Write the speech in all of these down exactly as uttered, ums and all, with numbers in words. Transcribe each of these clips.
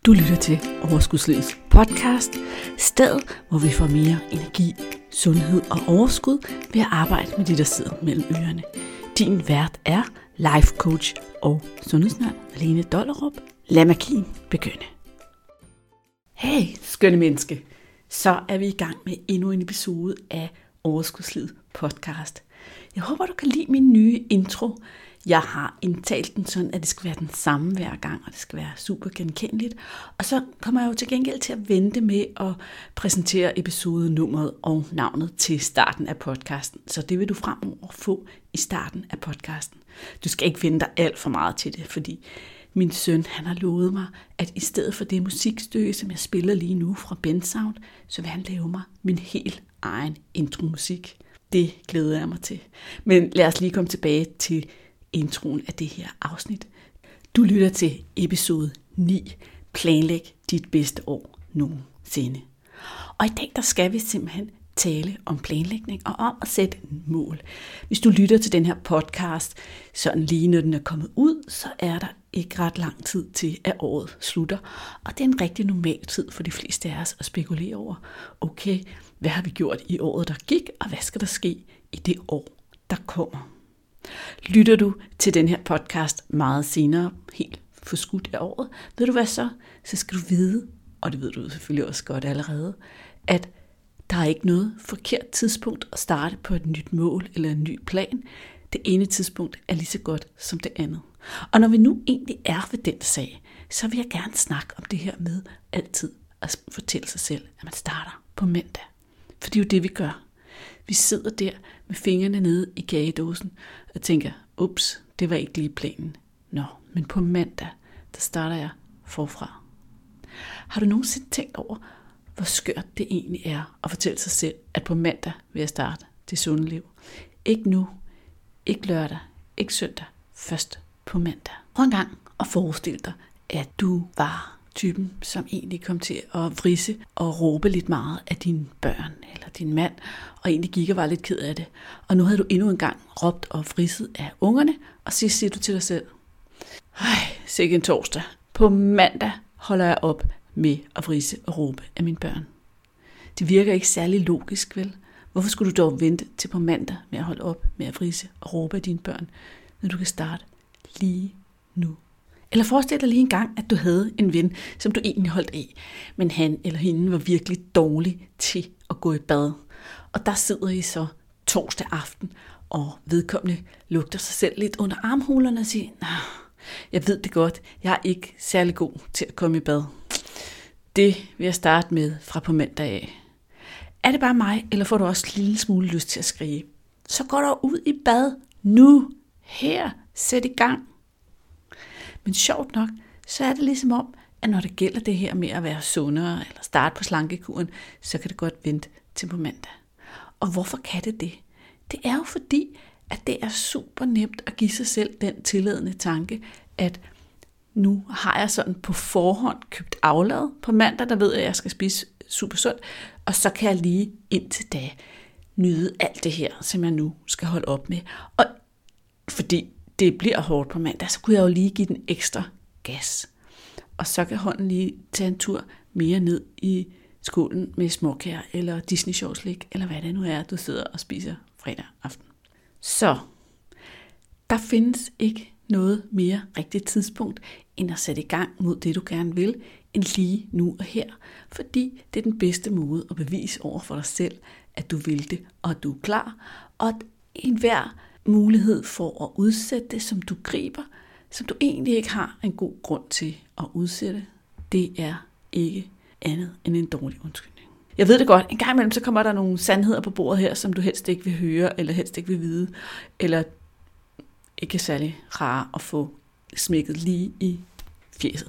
Du lytter til Overskudslivets podcast, stedet hvor vi får mere energi, sundhed og overskud ved at arbejde med de, der sidder mellem ørerne. Din vært er life coach og sundhedsnørd Malene Dollerup. Lad magien begynde. Hey, skønne menneske. Så er vi i gang med endnu en episode af Overskudslivets podcast. Jeg håber, du kan lide min nye intro. Jeg har indtalt den sådan, at det skal være den samme hver gang, og det skal være super genkendeligt. Og så kommer jeg jo til gengæld til at vente med at præsentere episodenummeret og navnet til starten af podcasten. Så det vil du fremover få i starten af podcasten. Du skal ikke vente dig alt for meget til det, fordi min søn han har lovet mig, at i stedet for det musikstykke, som jeg spiller lige nu fra Bensound, så vil han lave mig min helt egen intromusik. Det glæder jeg mig til. Men lad os lige komme tilbage til introen af det her afsnit. Du lytter til episode ni. Planlæg dit bedste år nogensinde. Og i dag der skal vi simpelthen tale om planlægning og om at sætte en mål. Hvis du lytter til den her podcast, sådan lige når den er kommet ud, så er der ikke ret lang tid til, at året slutter. Og det er en rigtig normal tid for de fleste af os at spekulere over, okay, hvad har vi gjort i året, der gik, og hvad skal der ske i det år, der kommer? Lytter du til den her podcast meget senere, helt forskudt af året, ved du hvad så? Så skal du vide, og det ved du selvfølgelig også godt allerede, at der er ikke noget forkert tidspunkt at starte på et nyt mål eller en ny plan. Det ene tidspunkt er lige så godt som det andet. Og når vi nu egentlig er ved den sag, så vil jeg gerne snakke om det her med altid at fortælle sig selv, at man starter på mandag. For det er jo det, vi gør. Vi sidder der med fingrene nede i kagedåsen og tænker, ups, det var ikke lige planen. Nå, men på mandag, der starter jeg forfra. Har du nogensinde tænkt over, hvor skørt det egentlig er at fortælle sig selv, at på mandag vil jeg starte det sunde liv? Ikke nu, ikke lørdag, ikke søndag, først på mandag. Prøv en gang at forestille dig, at du var typen, som egentlig kom til at vrisse og råbe lidt meget af dine børn eller din mand, og egentlig gik og var lidt ked af det. Og nu havde du endnu en gang råbt og vrisset af ungerne, og så siger du til dig selv, ej, sikke en torsdag. På mandag holder jeg op med at vrisse og råbe af mine børn. Det virker ikke særlig logisk, vel? Hvorfor skulle du dog vente til på mandag med at holde op med at vrisse og råbe af dine børn, når du kan starte lige nu? Eller forestil dig lige en gang, at du havde en ven, som du egentlig holdt af, men han eller hende var virkelig dårlig til at gå i bad. Og der sidder I så torsdag aften, og vedkommende lugter sig selv lidt under armhulerne og siger, nah, jeg ved det godt, jeg er ikke særlig god til at komme i bad. Det vil jeg starte med fra på mandag af. Er det bare mig, eller får du også en lille smule lyst til at skrige? Så går du ud i bad nu, her, sæt i gang. Men sjovt nok, så er det ligesom om, at når det gælder det her med at være sundere eller starte på slankekuren, så kan det godt vente til på mandag. Og hvorfor kan det det? Det er jo fordi, at det er super nemt at give sig selv den tilladende tanke, at nu har jeg sådan på forhånd købt aflad på mandag, der ved jeg, at jeg skal spise super sundt, og så kan jeg lige indtil da nyde alt det her, som jeg nu skal holde op med. Og fordi det bliver hårdt på mandag, så kunne jeg jo lige give den ekstra gas. Og så kan hånden lige tage en tur mere ned i skålen med småkager, eller Disney Sjov slik, eller hvad det nu er, du sidder og spiser fredag aften. Så der findes ikke noget mere rigtigt tidspunkt, end at sætte i gang mod det, du gerne vil, end lige nu og her. Fordi det er den bedste måde at bevise over for dig selv, at du vil det, og at du er klar, og at enhver mulighed for at udsætte det, som du griber, som du egentlig ikke har en god grund til at udsætte, det er ikke andet end en dårlig undskyldning. Jeg ved det godt, en gang imellem så kommer der nogle sandheder på bordet her, som du helst ikke vil høre, eller helst ikke vil vide, eller ikke er særlig rare at få smækket lige i fjeset.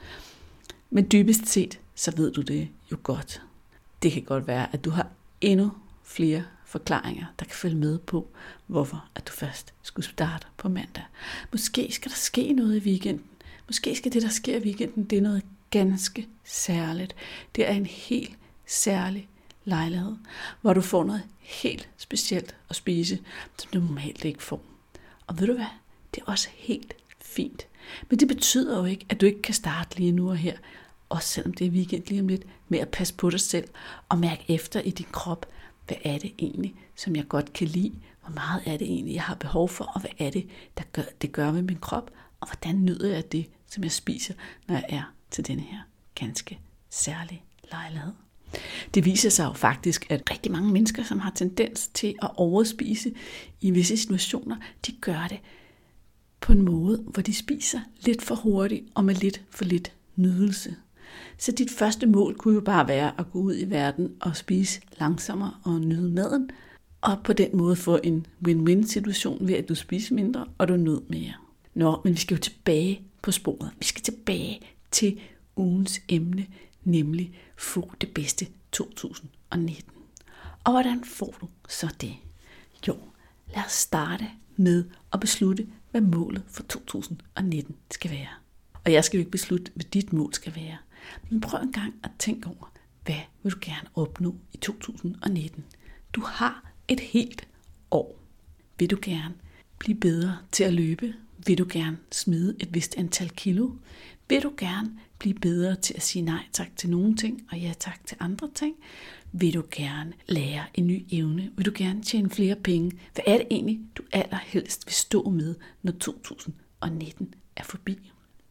Men dybest set, så ved du det jo godt. Det kan godt være, at du har endnu flere forklaringer, der kan følge med på, hvorfor at du først skulle starte på mandag. Måske skal der ske noget i weekenden. Måske skal det, der sker i weekenden, det er noget ganske særligt. Det er en helt særlig lejlighed, hvor du får noget helt specielt at spise, som du normalt ikke får. Og ved du hvad? Det er også helt fint. Men det betyder jo ikke, at du ikke kan starte lige nu og her også selvom det er weekend lige om lidt, med at passe på dig selv og mærke efter i din krop, hvad er det egentlig, som jeg godt kan lide, hvor meget er det egentlig, jeg har behov for, og hvad er det, der gør, det gør med min krop, og hvordan nyder jeg det, som jeg spiser, når jeg er til denne her ganske særlige lejlighed. Det viser sig jo faktisk, at rigtig mange mennesker, som har tendens til at overspise i visse situationer, de gør det på en måde, hvor de spiser lidt for hurtigt og med lidt for lidt nydelse. Så dit første mål kunne jo bare være at gå ud i verden og spise langsommere og nyde maden, og på den måde få en win-win situation ved, at du spiser mindre, og du nød mere. Nå, men vi skal jo tilbage på sporet. Vi skal tilbage til ugens emne, nemlig få det bedste to tusind nitten. Og hvordan får du så det? Jo, lad os starte med at beslutte, hvad målet for to tusind nitten skal være. Og jeg skal jo ikke beslutte, hvad dit mål skal være. Men prøv en gang at tænke over, hvad vil du gerne opnå i to tusind nitten? Du har et helt år. Vil du gerne blive bedre til at løbe? Vil du gerne smide et vist antal kilo? Vil du gerne blive bedre til at sige nej tak til nogle ting og ja tak til andre ting? Vil du gerne lære en ny evne? Vil du gerne tjene flere penge? Hvad er det egentlig, du allerhelst vil stå med, når to tusind nitten er forbi?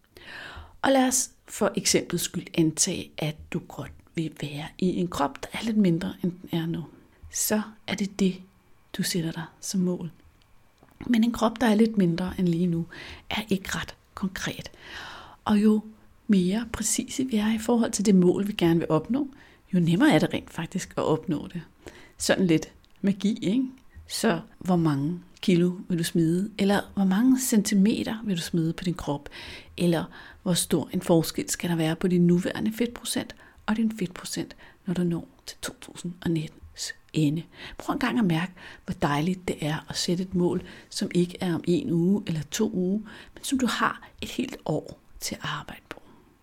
Og lad os for eksempel skyld antage, at du godt vil være i en krop, der er lidt mindre, end den er nu. Så er det det, du sætter dig som mål. Men en krop, der er lidt mindre end lige nu, er ikke ret konkret. Og jo mere præcise vi er i forhold til det mål, vi gerne vil opnå, jo nemmere er det rent faktisk at opnå det. Sådan lidt magi, ikke? Så hvor mange kilo vil du smide? Eller hvor mange centimeter vil du smide på din krop? Eller hvor stor en forskel skal der være på din nuværende fedtprocent og din fedtprocent, når du når til to tusind nittens ende? Prøv en gang at mærke, hvor dejligt det er at sætte et mål, som ikke er om en uge eller to uger, men som du har et helt år til at arbejde på.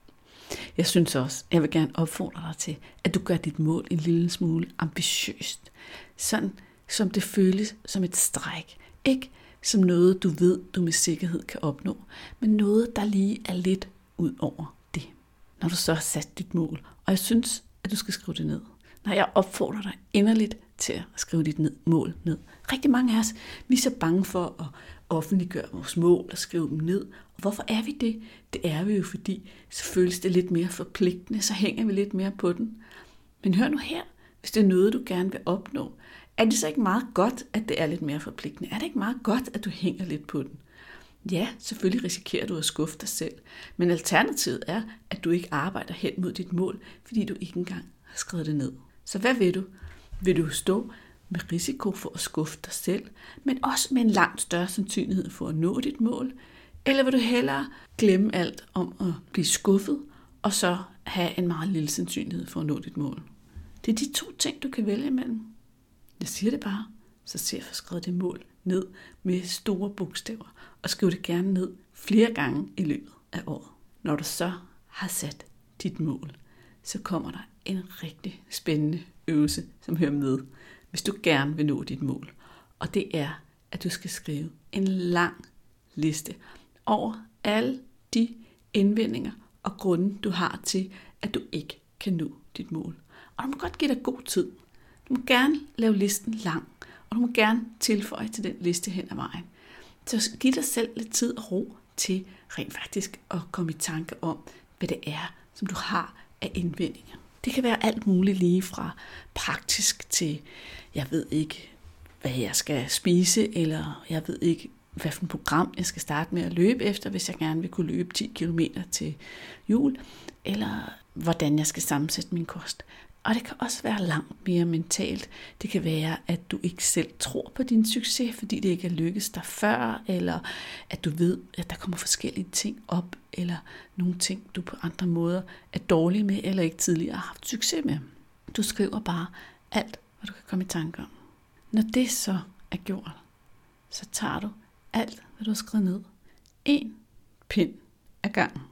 Jeg synes også, jeg vil gerne opfordre dig til, at du gør dit mål en lille smule ambitiøst. Sådan som det føles som et stræk. Ikke som noget, du ved, du med sikkerhed kan opnå, men noget, der lige er lidt ud over det. Når du så har sat dit mål, og jeg synes, at du skal skrive det ned. Når jeg opfordrer dig inderligt til at skrive dit ned, mål ned. Rigtig mange af os, vi er så bange for at offentliggøre vores mål og skrive dem ned. Og hvorfor er vi det? Det er vi jo, fordi så føles det lidt mere forpligtende, så hænger vi lidt mere på den. Men hør nu her, hvis det er noget, du gerne vil opnå, er det så ikke meget godt, at det er lidt mere forpligtende? Er det ikke meget godt, at du hænger lidt på den? Ja, selvfølgelig risikerer du at skuffe dig selv, men alternativet er, at du ikke arbejder hen mod dit mål, fordi du ikke engang har skrevet det ned. Så hvad vil du? Vil du stå med risiko for at skuffe dig selv, men også med en langt større sandsynlighed for at nå dit mål? Eller vil du hellere glemme alt om at blive skuffet, og så have en meget lille sandsynlighed for at nå dit mål? Det er de to ting, du kan vælge imellem. Jeg siger det bare, så se at få skrevet det mål ned med store bogstaver, og skriv det gerne ned flere gange i løbet af året. Når du så har sat dit mål, så kommer der en rigtig spændende øvelse, som hører med, hvis du gerne vil nå dit mål. Og det er, at du skal skrive en lang liste over alle de indvendinger og grunde, du har til, at du ikke kan nå dit mål. Og du må godt give dig god tid. Du må gerne lave listen lang, og du må gerne tilføje til den liste hen ad vejen. Så giv dig selv lidt tid og ro til rent faktisk at komme i tanke om, hvad det er, som du har af indvendinger. Det kan være alt muligt lige fra praktisk til, jeg ved ikke, hvad jeg skal spise, eller jeg ved ikke, hvad for et program jeg skal starte med at løbe efter, hvis jeg gerne vil kunne løbe ti kilometer til jul, eller hvordan jeg skal sammensætte min kost. Og det kan også være langt mere mentalt. Det kan være, at du ikke selv tror på din succes, fordi det ikke er lykkes dig før, eller at du ved, at der kommer forskellige ting op, eller nogle ting, du på andre måder er dårlig med, eller ikke tidligere har haft succes med. Du skriver bare alt, hvad du kan komme i tanke om. Når det så er gjort, så tager du alt, hvad du har skrevet ned. En pind ad gangen.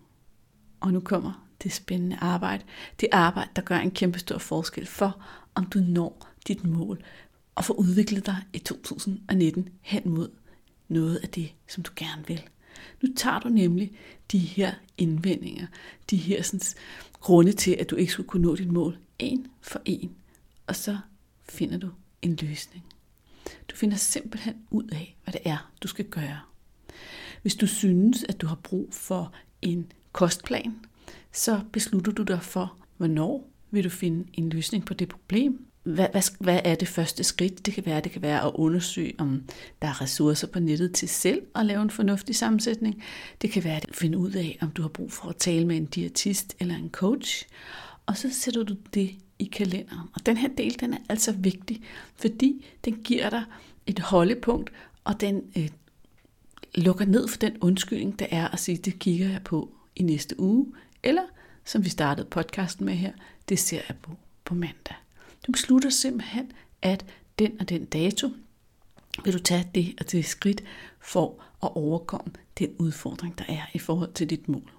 Og nu kommer det spændende arbejde. Det arbejde, der gør en kæmpe stor forskel for, om du når dit mål og får udviklet dig i to tusind nitten hen mod noget af det, som du gerne vil. Nu tager du nemlig de her indvendinger, de her sådan, grunde til, at du ikke skulle kunne nå dit mål, en for en, og så finder du en løsning. Du finder simpelthen ud af, hvad det er, du skal gøre. Hvis du synes, at du har brug for en kostplan, så beslutter du dig for, hvornår vil du finde en løsning på det problem. Hvad, hvad, hvad er det første skridt? Det kan være, det kan være at undersøge, om der er ressourcer på nettet til selv at lave en fornuftig sammensætning. Det kan være at finde ud af, om du har brug for at tale med en diætist eller en coach. Og så sætter du det i kalenderen. Og den her del, den er altså vigtig, fordi den giver dig et holdepunkt, og den øh, lukker ned for den undskyldning, der er at sige, det kigger jeg på i næste uge, eller som vi startede podcasten med her, det ser jeg på på mandag. Du beslutter simpelthen, at den og den dato vil du tage det og det skridt for at overkomme den udfordring, der er i forhold til dit mål.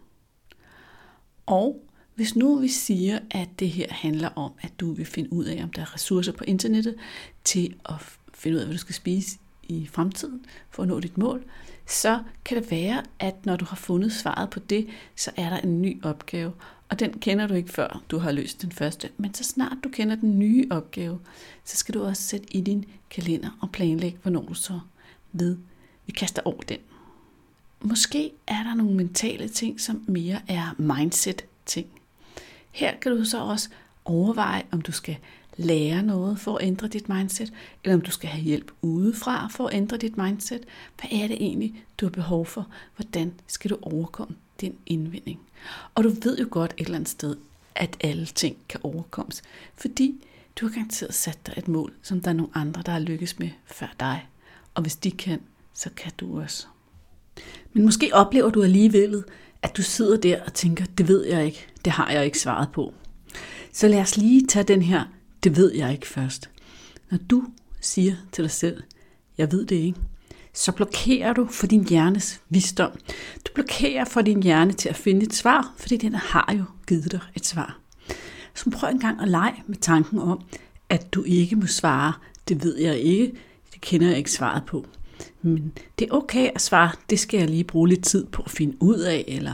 Og hvis nu vi siger, at det her handler om, at du vil finde ud af, om der er ressourcer på internettet til at finde ud af, hvad du skal spise i fremtiden for at nå dit mål, så kan det være, at når du har fundet svaret på det, så er der en ny opgave. Og den kender du ikke før du har løst den første. Men så snart du kender den nye opgave, så skal du også sætte i din kalender og planlægge, hvornår du så ved, vi kaster over den. Måske er der nogle mentale ting, som mere er mindset-ting. Her kan du så også overveje, om du skal lære noget for at ændre dit mindset, eller om du skal have hjælp udefra for at ændre dit mindset. Hvad er det egentlig, du har behov for? Hvordan skal du overkomme din indvending? Og du ved jo godt et eller andet sted, at alle ting kan overkommes, fordi du har garanteret sat dig et mål, som der er nogle andre, der har lykkes med før dig. Og hvis de kan, så kan du også. Men måske oplever du alligevel, at du sidder der og tænker, det ved jeg ikke, det har jeg ikke svaret på. Så lad os lige tage den her, det ved jeg ikke først. Når du siger til dig selv, jeg ved det ikke, så blokerer du for din hjernes visdom. Du blokerer for din hjerne til at finde et svar, fordi den har jo givet dig et svar. Så prøv engang at lege med tanken om, at du ikke må svare, det ved jeg ikke, det kender jeg ikke svaret på. Men det er okay at svare, det skal jeg lige bruge lidt tid på at finde ud af, eller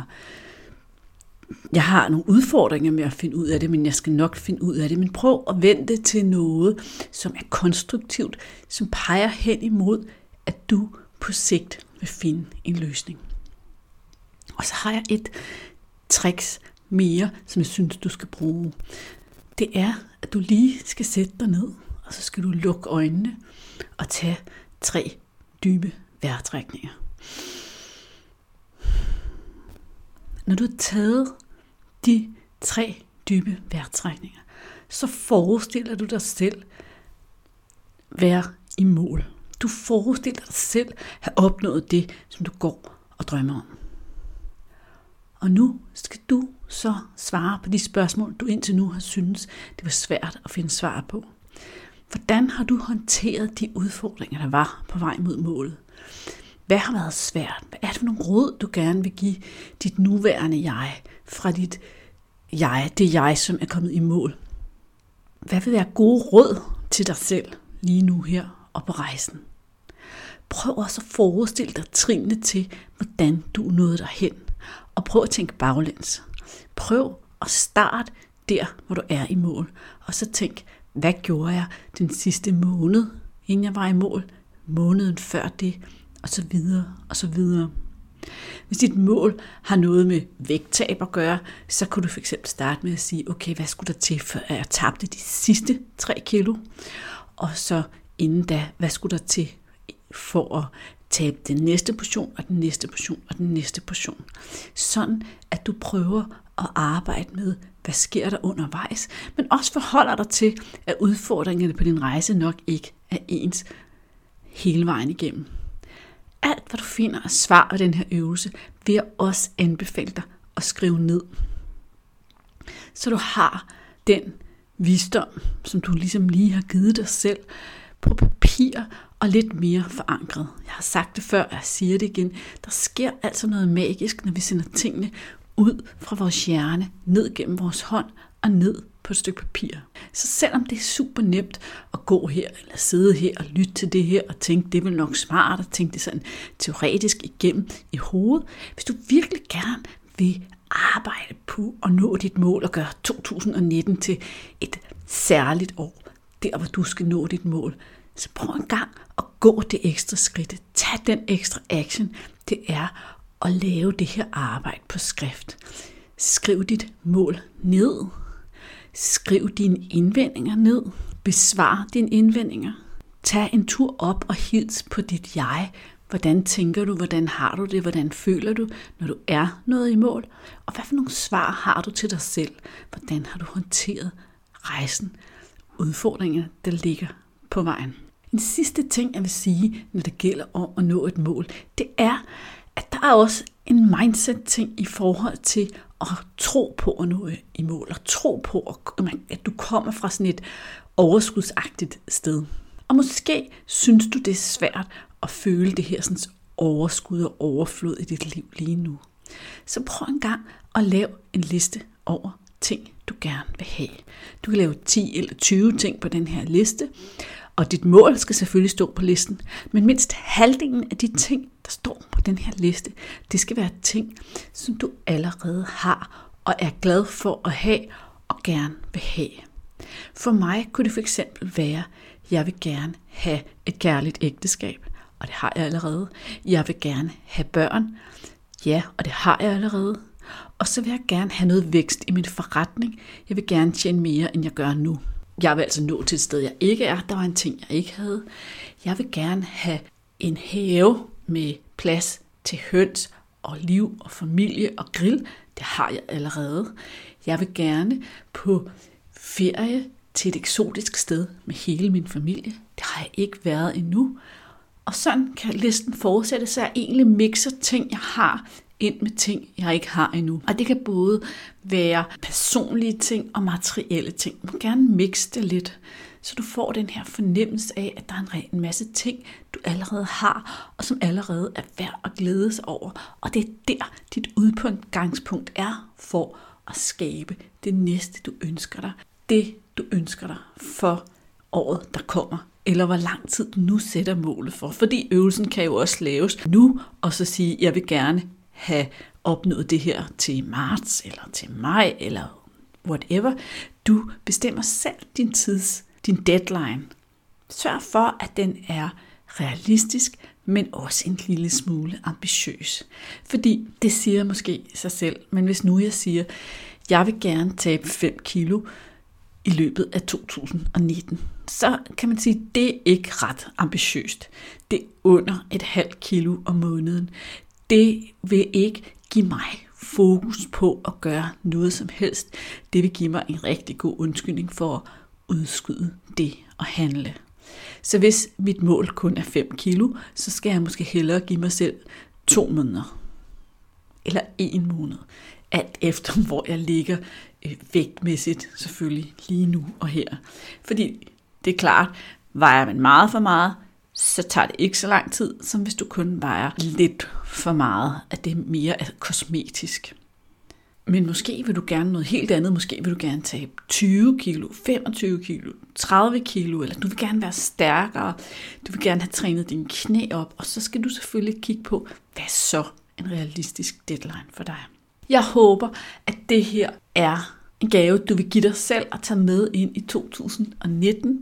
jeg har nogle udfordringer med at finde ud af det, men jeg skal nok finde ud af det. Men prøv at vente til noget, som er konstruktivt, som peger hen imod, at du på sigt vil finde en løsning. Og så har jeg et tricks mere, som jeg synes, du skal bruge. Det er, at du lige skal sætte dig ned, og så skal du lukke øjnene og tage tre dybe vejrtrækninger. Når du har taget de tre dybe vejrtrækninger, så forestiller du dig selv være i mål. Du forestiller dig selv have opnået det, som du går og drømmer om. Og nu skal du så svare på de spørgsmål, du indtil nu har syntes, det var svært at finde svar på. Hvordan har du håndteret de udfordringer, der var på vej mod målet? Hvad har været svært? Hvad er det for nogle råd, du gerne vil give dit nuværende jeg, fra dit jeg, det jeg, som er kommet i mål? Hvad vil være gode råd til dig selv lige nu her og på rejsen? Prøv også at forestille dig trinene til, hvordan du nåede derhen. Og prøv at tænke baglæns. Prøv at starte der, hvor du er i mål. Og så tænk, hvad gjorde jeg den sidste måned, inden jeg var i mål? Måneden før det, og så videre, og så videre. Hvis dit mål har noget med vægttab at gøre, så kunne du fx starte med at sige, okay, hvad skulle der til, før jeg tabte de sidste tre kilo? Og så inden da, hvad skulle der til for at tabe den næste portion, og den næste portion, og den næste portion. Sådan, at du prøver at arbejde med, hvad sker der undervejs, men også forholder dig til, at udfordringerne på din rejse nok ikke er ens hele vejen igennem. Alt, hvad du finder af svar af den her øvelse, vil jeg også anbefale dig at skrive ned. Så du har den visdom, som du ligesom lige har givet dig selv, på papir og lidt mere forankret. Jeg har sagt det før, og jeg siger det igen. Der sker altså noget magisk, når vi sender tingene ud fra vores hjerne, ned gennem vores hånd og ned på et stykke papir. Så selvom det er super nemt at gå her, eller sidde her og lytte til det her, og tænke, det er vel nok smart at tænke det sådan teoretisk igennem i hovedet, hvis du virkelig gerne vil arbejde på at nå dit mål og gøre to tusind nitten til et særligt år, der hvor du skal nå dit mål, så prøv en gang at gå det ekstra skridt. Tag den ekstra action, det er at lave det her arbejde på skrift. Skriv dit mål ned. Skriv dine indvendinger ned. Besvar dine indvendinger. Tag en tur op og hils på dit jeg. Hvordan tænker du? Hvordan har du det? Hvordan føler du, når du er nået i mål? Og hvad for nogle svar har du til dig selv? Hvordan har du håndteret rejsen? Udfordringerne, der ligger på vejen. En sidste ting, jeg vil sige, når det gælder om at nå et mål, det er, at der er også en mindset-ting i forhold til at tro på at nå i mål, og tro på, at du kommer fra sådan et overskudsagtigt sted. Og måske synes du, det er svært at føle det her sådan overskud og overflod i dit liv lige nu. Så prøv en gang at lave en liste over ting, du gerne vil have. Du kan lave ti eller tyve ting på den her liste, og dit mål skal selvfølgelig stå på listen, men mindst halvdelen af de ting, der står på den her liste, det skal være ting, som du allerede har og er glad for at have og gerne vil have. For mig kunne det for eksempel være, at jeg vil gerne have et kærligt ægteskab, og det har jeg allerede. Jeg vil gerne have børn, ja, og det har jeg allerede. Og så vil jeg gerne have noget vækst i min forretning. Jeg vil gerne tjene mere, end jeg gør nu. Jeg vil altså nå til et sted, jeg ikke er. Der var en ting, jeg ikke havde. Jeg vil gerne have en have med plads til høns og liv og familie og grill. Det har jeg allerede. Jeg vil gerne på ferie til et eksotisk sted med hele min familie. Det har jeg ikke været endnu. Og sådan kan listen fortsætte, så jeg egentlig mixer ting, jeg har, ind med ting, jeg ikke har endnu. Og det kan både være personlige ting og materielle ting. Du må gerne mixe det lidt, så du får den her fornemmelse af, at der er en masse ting, du allerede har, og som allerede er værd at glæde sig over. Og det er der, dit udgangspunkt er for at skabe det næste, du ønsker dig. Det, du ønsker dig for året, der kommer. Eller hvor lang tid du nu sætter målet for. Fordi øvelsen kan jo også laves nu, og så sige, jeg vil gerne have opnået det her til marts, eller til maj, eller whatever. Du bestemmer selv din tids, din deadline. Sørg for, at den er realistisk, men også en lille smule ambitiøs. Fordi det siger måske sig selv, men hvis nu jeg siger, jeg vil gerne tabe fem kilo i løbet af to tusind nitten, så kan man sige, at det er ikke ret ambitiøst. Det er under et halvt kilo om måneden. Det vil ikke give mig fokus på at gøre noget som helst. Det vil give mig en rigtig god undskyldning for at udskyde det og handle. Så hvis mit mål kun er fem kilo, så skal jeg måske hellere give mig selv to måneder. Eller en måned. Alt efter, hvor jeg ligger øh, vægtmæssigt selvfølgelig lige nu og her. Fordi det er klart, vejer man meget for meget, så tager det ikke så lang tid, som hvis du kun vejer lidt for meget, at det mere er kosmetisk. Men måske vil du gerne noget helt andet. Måske vil du gerne tabe tyve kilo, femogtyve kilo, tredive kilo, eller du vil gerne være stærkere. Du vil gerne have trænet dine knæ op, og så skal du selvfølgelig kigge på, hvad så en realistisk deadline for dig. Jeg håber, at det her er en gave, du vil give dig selv at tage med ind i to tusind nitten.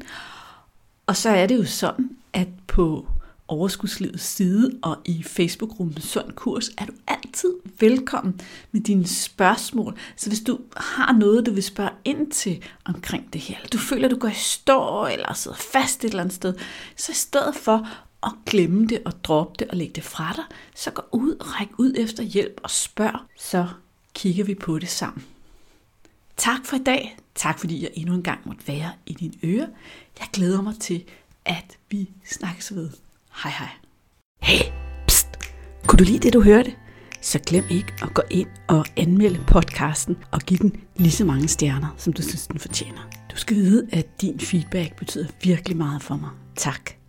Og så er det jo sådan, at på Overskudslivets side og i Facebook-gruppen Sund Kurs er du altid velkommen med dine spørgsmål. Så hvis du har noget, du vil spørge ind til omkring det her, eller du føler, du går i stå eller sidder fast et eller andet sted, så i stedet for at glemme det og droppe det og lægge det fra dig, så gå ud og ræk ud efter hjælp og spørg, så kigger vi på det sammen. Tak for i dag. Tak fordi jeg endnu en gang måtte være i dine ører. Jeg glæder mig til, at vi snakkes ved. Hej hej. Hey, pst. Kunne du lide det, du hørte? Så glem ikke at gå ind og anmelde podcasten og give den lige så mange stjerner, som du synes, den fortjener. Du skal vide, at din feedback betyder virkelig meget for mig. Tak.